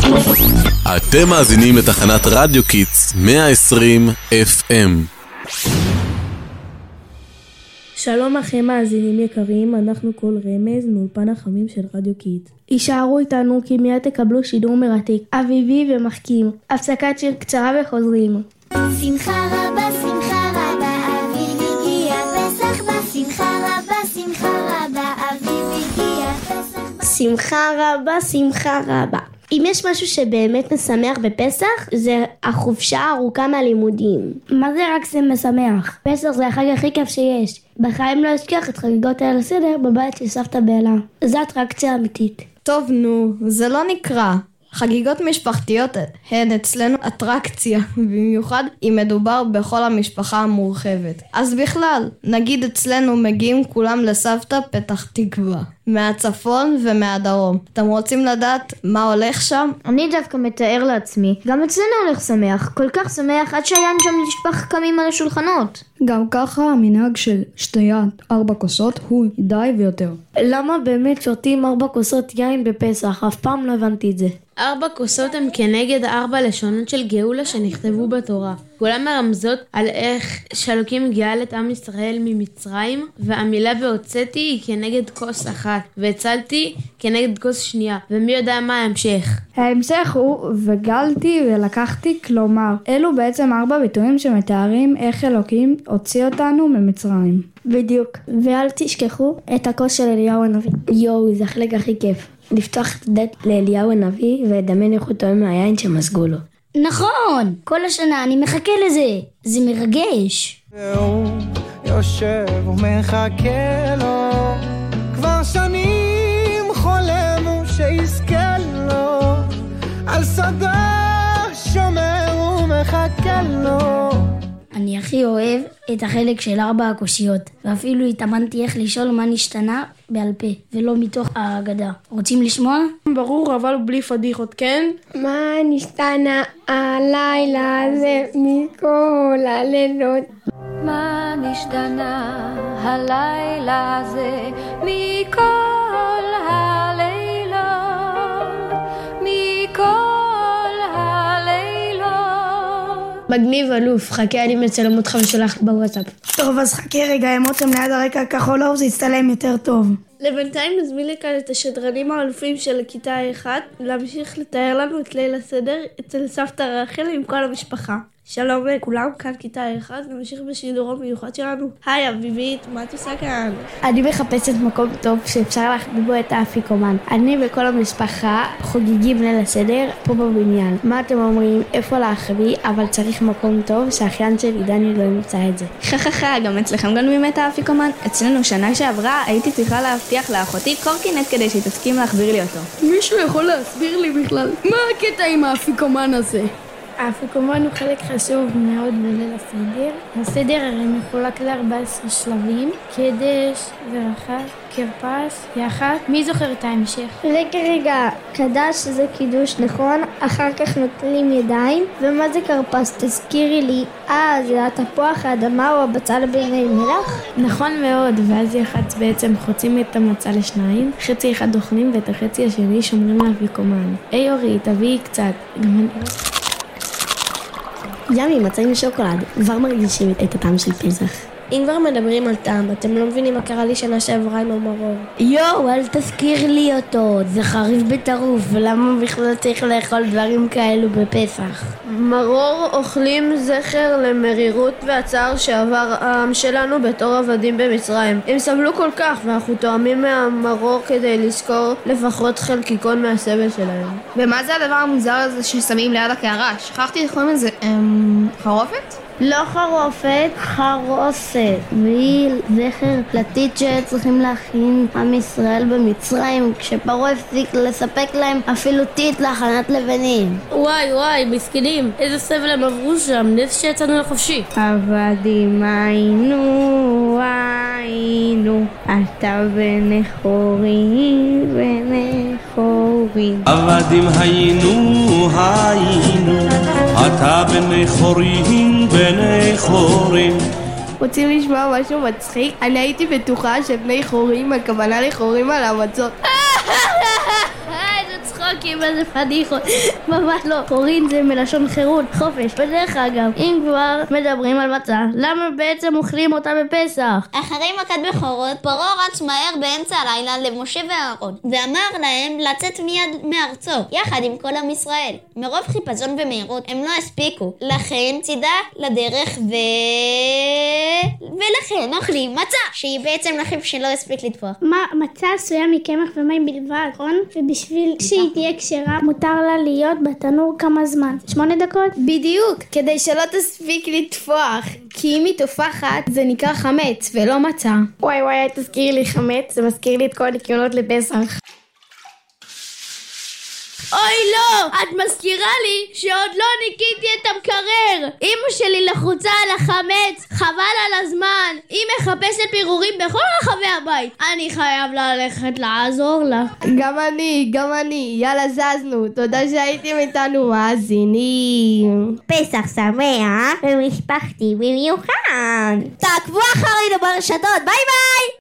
אתם מאזינים לתחנת רדיו קיטס 120 FM. שלום לכם מאזינים יקרים, אנחנו כל רמז מאולפן החמים של רדיו קיטס. יישארו איתנו כי מיד תקבלו שידור מרתק, אביבי ומחכים. הפסקת שיר קצרה וחוזרים. שמחה רבה, אביב הגיע פסח בא. שמחה רבה, אביב הגיע פסח בא. שמחה רבה. אם יש משהו שבאמת משמח בפסח, זה החופשה הארוכה מהלימודים. מה זה רק זה משמח? פסח זה החג הכי כיף שיש. בחיים לא אשכח את חגיגות ליל הסדר בבית של סבתא בלה. זו אטרקציה אמיתית. טוב נו, זה לא נקרא. חגיגות משפחתיות הן אצלנו אטרקציה, במיוחד אם מדובר בכל המשפחה המורחבת. אז בכלל, נגיד אצלנו מגיעים כולם לסבתא פתח תקווה, מהצפון ומהדרום. אתם רוצים לדעת מה הולך שם? אני דווקא מתאר לעצמי, גם אצלנו הולך שמח, כל כך שמח עד שהיין שם נשפך קמים על השולחנות. גם ככה המנהג של שתיית 4 כוסות הוא די ויותר. למה באמת שותים 4 כוסות יין בפסח? אף פעם לא הבנתי את זה. 4 כוסות הם כנגד 4 לשונות של גאולה שנכתבו בתורה. כולם מרמזות על איך שאלוקים גאל את עם ישראל ממצרים, והמילה בהוצאתי היא כנגד כוס אחת, והצלתי כנגד כוס שנייה, ומי יודע מה ההמשך. ההמשך הוא וגלתי ולקחתי, כלומר, אלו בעצם 4 ביטויים שמתארים איך אלוקים הוציא אותנו ממצרים. בדיוק, ואל תשכחו את הכוס של אליהו הנביא. יואו, זה החלק הכי כיף. לפתוח את הדלת לאליהו הנביא ולדמיין איך הוא טועם מהיין שמזגו לו. נכון, כל השנה אני מחכה לזה, זה מרגש. והוא יושב ומחכה לו, כבר שנים חולם הוא שיזכה לו, על שדה שומר ומחכה לו. אני הכי אוהב את החלק של 4 הכוסיות, ואפילו התאמנתי איך לשאול מה נשתנה בעל פה, ולא מתוך ההגדה. רוצים לשמוע? ברור, אבל בלי פדיחות, כן? מה נשתנה הלילה הזה מכל הלילות? מה נשתנה הלילה הזה מכל הלילות, מכל הלילות. מגניב אלוף, חכה אני מצלם אותך ושולח בוואטסאפ. טוב, אז חכה רגע, אמותם ליד הרקע כחול אור, זה יצטלם יותר טוב. לבינתיים נזמין לכאן את השדרנים האלופים של כיתה 1 להמשיך לתאר לנו את ליל הסדר אצל סבתא רחל עם כל המשפחה. שלום לכולם, כאן כיתה 1, נמשיך בשידור המיוחד שלנו. היי אביבית, מה את עושה כאן? אני מחפשת מקום טוב שאפשר להחביא בו את האפיקומן. אני וכל המשפחה חוגגים ליל הסדר פה בבניין. מה אתם אומרים? איפה להחביא? אבל צריך מקום טוב שהאחיין שלי דני לא ימצא את זה. גם אצלכם גנבים את האפיקומן? אצלנו שנה שעברה הייתי צריכה להבטיח לאחותי קורקינט כדי שהיא תסכים להחביר לי אותו. מישהו יכול להסביר לי בכלל מה הקטע עם האפיקומן הזה? האפיקומן הוא חלק חשוב מאוד בליל הסדר. הסדר הרי מחולק ל14 שלבים, קדש, ברכה, כרפס, יחד. מי זוכר את ההמשך? רגע, קדש זה קידוש, נכון? אחר כך נוטלים ידיים. ומה זה כרפס? תזכירי לי. זה התפוח, האדמה או הבצל בעיני מלח? נכון מאוד, ואז יחד בעצם חוצים את המצה לשניים, חצי אחד אוכלים ואת החצי השני שומרים לאפיקומן. היי אורי, תביאי קצת. גם אני... ימי, מצה עם שוקולד, כבר מרגישים את הטעם של פסח. אם כבר מדברים על טעם, אתם לא מבינים מה קרה לי שנה שעברה עם המרור. יואו, אל תזכיר לי אותו, זה חריף בטירוף, ולמה בכלל צריך לאכול דברים כאלו בפסח? מרור אוכלים זכר למרירות והצער שעבר העם שלנו בתור עבדים במצרים. הם סבלו כל כך, ואנחנו תואמים מהמרור כדי לזכור לפחות חלקיקון מהסבל שלהם. ומה זה הדבר המוזר הזה ששמים ליד הקערה? שכחתי איך קוראים לזה. חרופת? לא חרופת, חרוסת. והיא זכר פלטית שצריכים להכין עם ישראל במצרים, כשפרעה הפסיק לספק להם אפילו טיט להכנת לבנים. וואי, מסכנים, איזה סבל הם עברו שם, נס שיצאנו לחופשי. עבדים היינו, אתה בני חורים, עבדים היינו, אתה בני חורים, בני חורים. רוצים לשמוע משהו מצחיק? אני הייתי בטוחה שבני חורים הכוונה לחורים על המצות. איזה צחוקים. צוחקים על זה פדיחות. ממש לא. חורין זה מלשון חירות, חופש. בדרך אגב, אם כבר מדברים על מצה, למה בעצם אוכלים אותה בפסח? אחרי מכת בכורות, פרעה רץ מהר באמצע הלילה למשה ואהרון, ואמר להם לצאת מיד מארצו, יחד עם כל עם ישראל. מרוב חיפזון ומהירות הם לא הספיקו, לכן צידה לדרך ולכן אוכלים מצה, שהיא בעצם לחם שלא הספיק לטפוח. מה, מצה עשויה מקמח ומים בלבד, נכון? ובשביל שהיא תהיה כשרה, מותר לה להיות בתנור כמה זמן? 8 דקות? בדיוק, כדי שלא תספיק לטפוח, כי אם היא תופחת זה נקרא חמץ ולא מצה. וואי, תזכיר לי חמץ, זה מזכיר לי את כל הניקיונות לפסח. אוי לא! את מזכירה לי שעוד לא ניקיתי את המקרר! אמא שלי לחוצה על החמץ, חבל על הזמן! היא מחפשת פירורים בכל רחבי הבית! אני חייב ללכת לעזור לה. גם אני, יאללה זזנו, תודה שהייתם איתנו מאזינים. פסח שמח ומשפחתי במיוחד. תעקבו אחרינו ברשתות, ביי ביי!